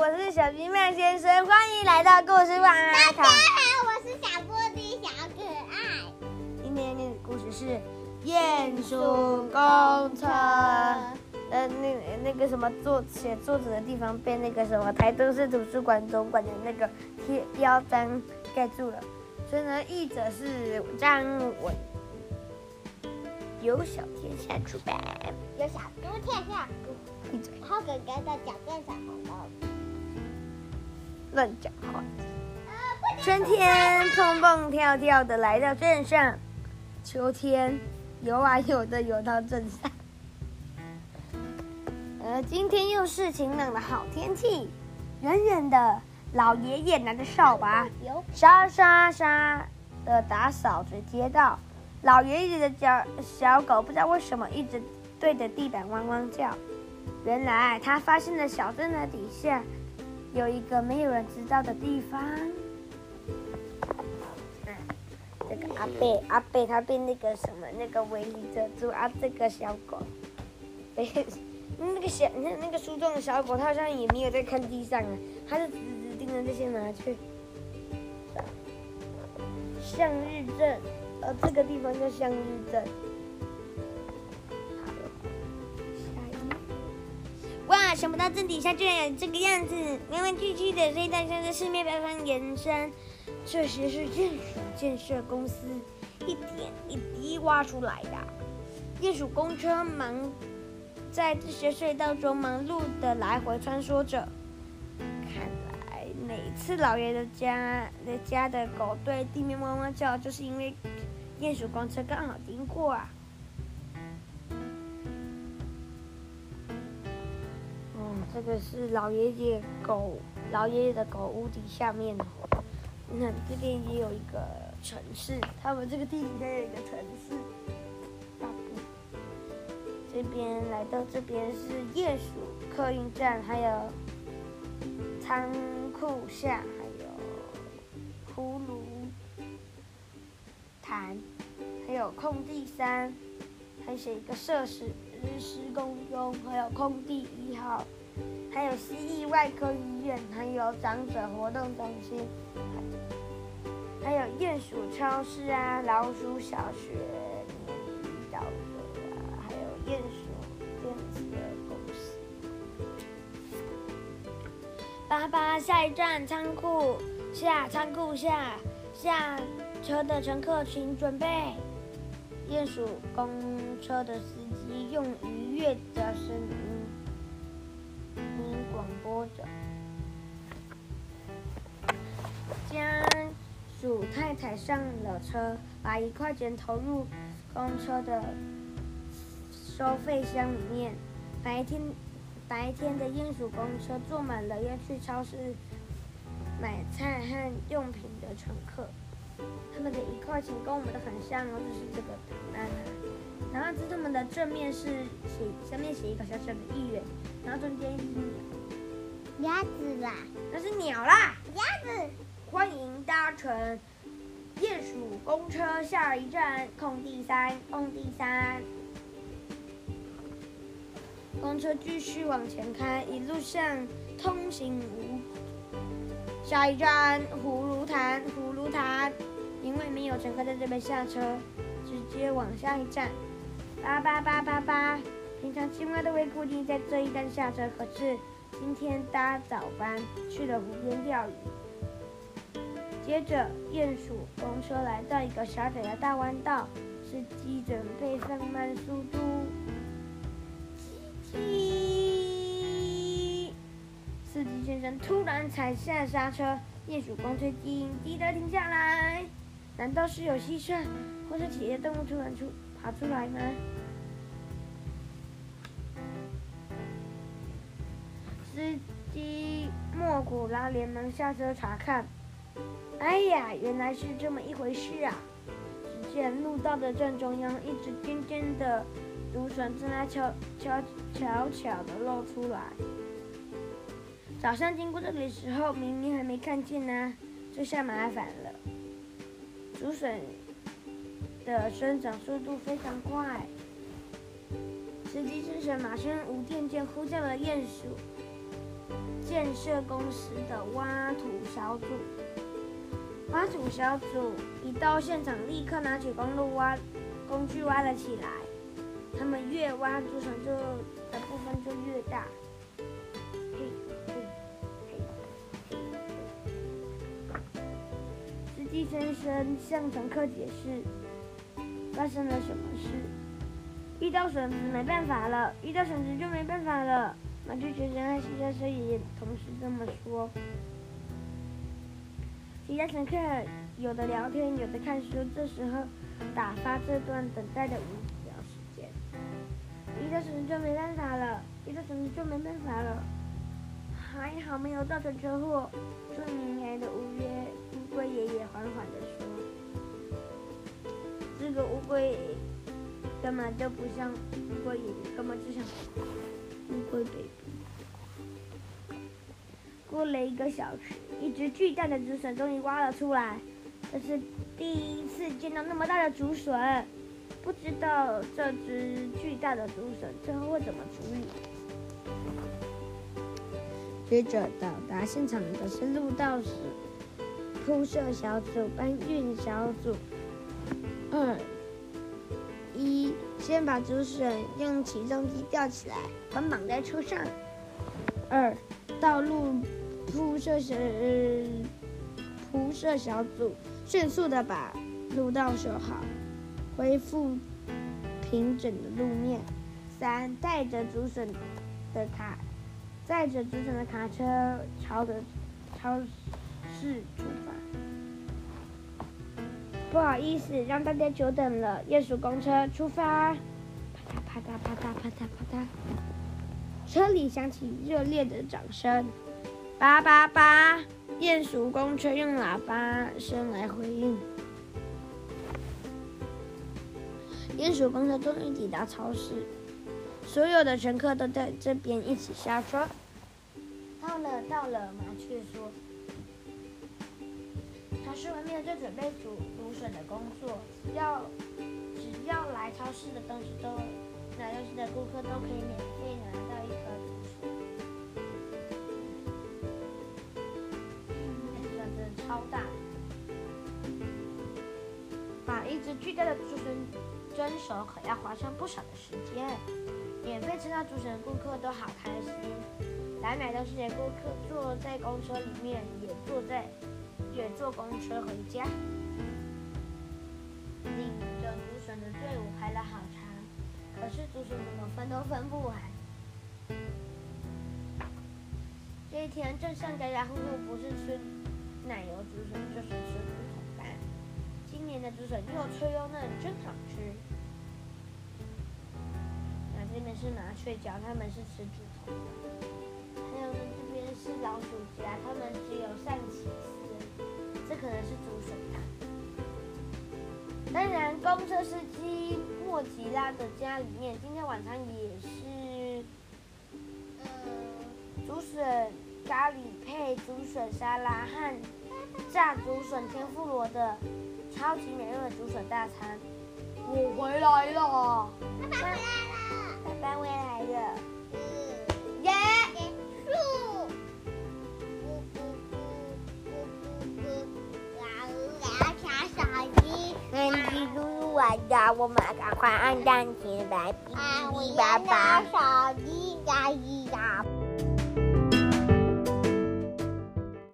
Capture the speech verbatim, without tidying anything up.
我是小吉曼先生，欢迎来到故事晚安大家好，我是小玻璃小可爱。 今天念的故事是鼹鼠公车。呃，那那个什么作写作者的地方被那个什么台东市图书馆总馆的那个贴标章盖住了，所以呢，译者是张文，由小天下出版。 有小猪天下闭嘴， 浩哥哥的矫正小红豆。 乱讲话。春天蹦蹦跳跳的来到镇上，秋天游啊游的游到镇上。呃，今天又是晴朗的好天气。远远的，老爷爷拿着扫把，沙沙沙的打扫着街道。老爷爷的小小狗不知道为什么一直对着地板汪汪叫。原来他发现了小镇的底下有一个没有人知道的地方。嗯，这个阿贝阿贝他被那个什么那个围篱遮住啊，这个小狗被。那个小，你看那个书中的小狗，它好像也没有在看地上啊，它是直直盯着这些麻雀。向日镇，呃，这个地方叫向日镇。好，下一页。哇，想不到镇底下居然有这个样子，弯弯曲曲的，所以大象在四面八方延伸。这些是鼹鼠建设公司一点一滴挖出来的。鼹鼠公车忙。在这些隧道中忙碌的来回穿梭着，看来每次老爷的家的家的狗对地面汪汪叫，就是因为鼹鼠公车刚好经过啊。嗯，这个是老爷爷狗老爷爷的狗屋底下面哦。那这边也有一个城市，他们这个地底下有一个城市。这边来到这边是鼹鼠客运站，还有仓库下，还有葫芦潭，还有空地三，还写一个设施施工中，还有空地一号，还有蜥蜴外科医院，还有长者活动中心，还有鼹鼠超市啊，老鼠小学。鼹鼠电子的公司。爸爸，下一站仓库下，仓库下，下车的乘客请准备。鼹鼠公车的司机用愉悦的声音音广播着。家鼠太太上了车，把一块钱投入公车的收费箱里面。白天白天的鼹鼠公车坐满了要去超市买菜和用品的乘客，他们的一块钱跟我们的很像哦，就是这个图案啊。然后他们的正面是写上面写一个小小的一元，然后中间一只鸟， 鸭子啦， 那是鸟啦。 鸭子， 欢迎搭乘鼹鼠公车，下一站空地三，空地三。公车继续往前开，一路上通行无阻。下一站葫芦潭，葫芦潭，因为没有乘客在这边下车，直接往下一站。八八八八八，平常青蛙都会固定在这一站下车，可是今天搭早班去了湖边钓鱼。接着，鼹鼠公车来到一个小窄的大弯道，司机准备放慢速度。司机先生突然踩下刹车，鼹鼠公车紧急的停下来。难道是有蟋蟀或是其他动物突然出爬出来吗？司机莫古拉连忙下车查看。哎呀，原来是这么一回事啊！只见路道的正中央，一只尖尖的竹笋正在悄悄悄悄地露出来。早上经过这里的时候，明明还没看见呢、啊，这下麻烦了。竹笋的生长速度非常快，司机先生马上无电键呼叫了鼹鼠。 建设公司的挖土小组。挖土小组一到现场，立刻拿起公路挖工具挖了起来。他们越挖，竹笋就的部分就越大。嘿嘿嘿嘿司机先生向乘客解释发生了什么事。遇到绳子没办法了，遇到绳子就没办法了。马具学生和西家车也同时这么说。其他乘客有的聊天，有的看书，这时候打发这段等待的无聊时间。遇到绳子就没办法了，遇到绳子就没办法了。还好没有造成车祸。说明来的乌龟乌龟爷爷缓缓地说：“这个乌龟根本就不像乌龟爷爷，根本就像乌龟 baby。”过了一个小时，一只巨大的竹笋终于挖了出来。这是第一次见到那么大的竹笋，不知道这只巨大的竹笋最后会怎么处理。接着到达现场的是路道时铺设小组、搬运小组。二一，先把竹笋用起重机吊起来，捆绑在车上。二，道路铺设小铺设小组迅速的把路道修好，恢复平整的路面。三，带着竹笋的卡。载着竹笋的卡车朝着超市出发。不好意思，让大家久等了。鼹鼠公车出发，啪嗒啪嗒啪嗒啪嗒啪嗒，车里响起热烈的掌声。叭叭叭，鼹鼠公车用喇叭声来回应。鼹鼠公车终于抵达超市。所有的乘客都在这边一起下车。到了，到了，麻雀说。超市外面在准备煮芦笋的工作，只要只要来超市的东西都来超市的顾客都可以免费拿到一颗竹笋。竹笋真的超大，把一只巨大的竹笋蒸熟可要花上不少的时间。免费吃到竹笋的顾客都好开心。来买东西的顾客坐在公车里面，也坐在也坐公车回家。领着竹笋的队伍排了好长，可是竹笋怎么分都分不完。这一天镇上家家户户不是吃奶油竹笋，就是吃竹筒干。今年的竹笋又脆又嫩，真好吃。这边是麻雀角，他们是吃竹筒的。还有呢，这边是老鼠家，他们只有上起司，这可能是竹笋汤。当然，公车司机莫吉拉的家里面，今天晚上也是，嗯，竹笋咖喱配竹笋沙拉和炸竹笋天妇罗的超级美味的竹笋大餐。我回来了， 爸爸回来了。 爸爸回来了， 嗯，耶，结束。咕咕咕咕咕咕，然后查手机。 嗯，记住完的，我们赶快按暂停来，哔哔哔，爸爸。 手机在一呀。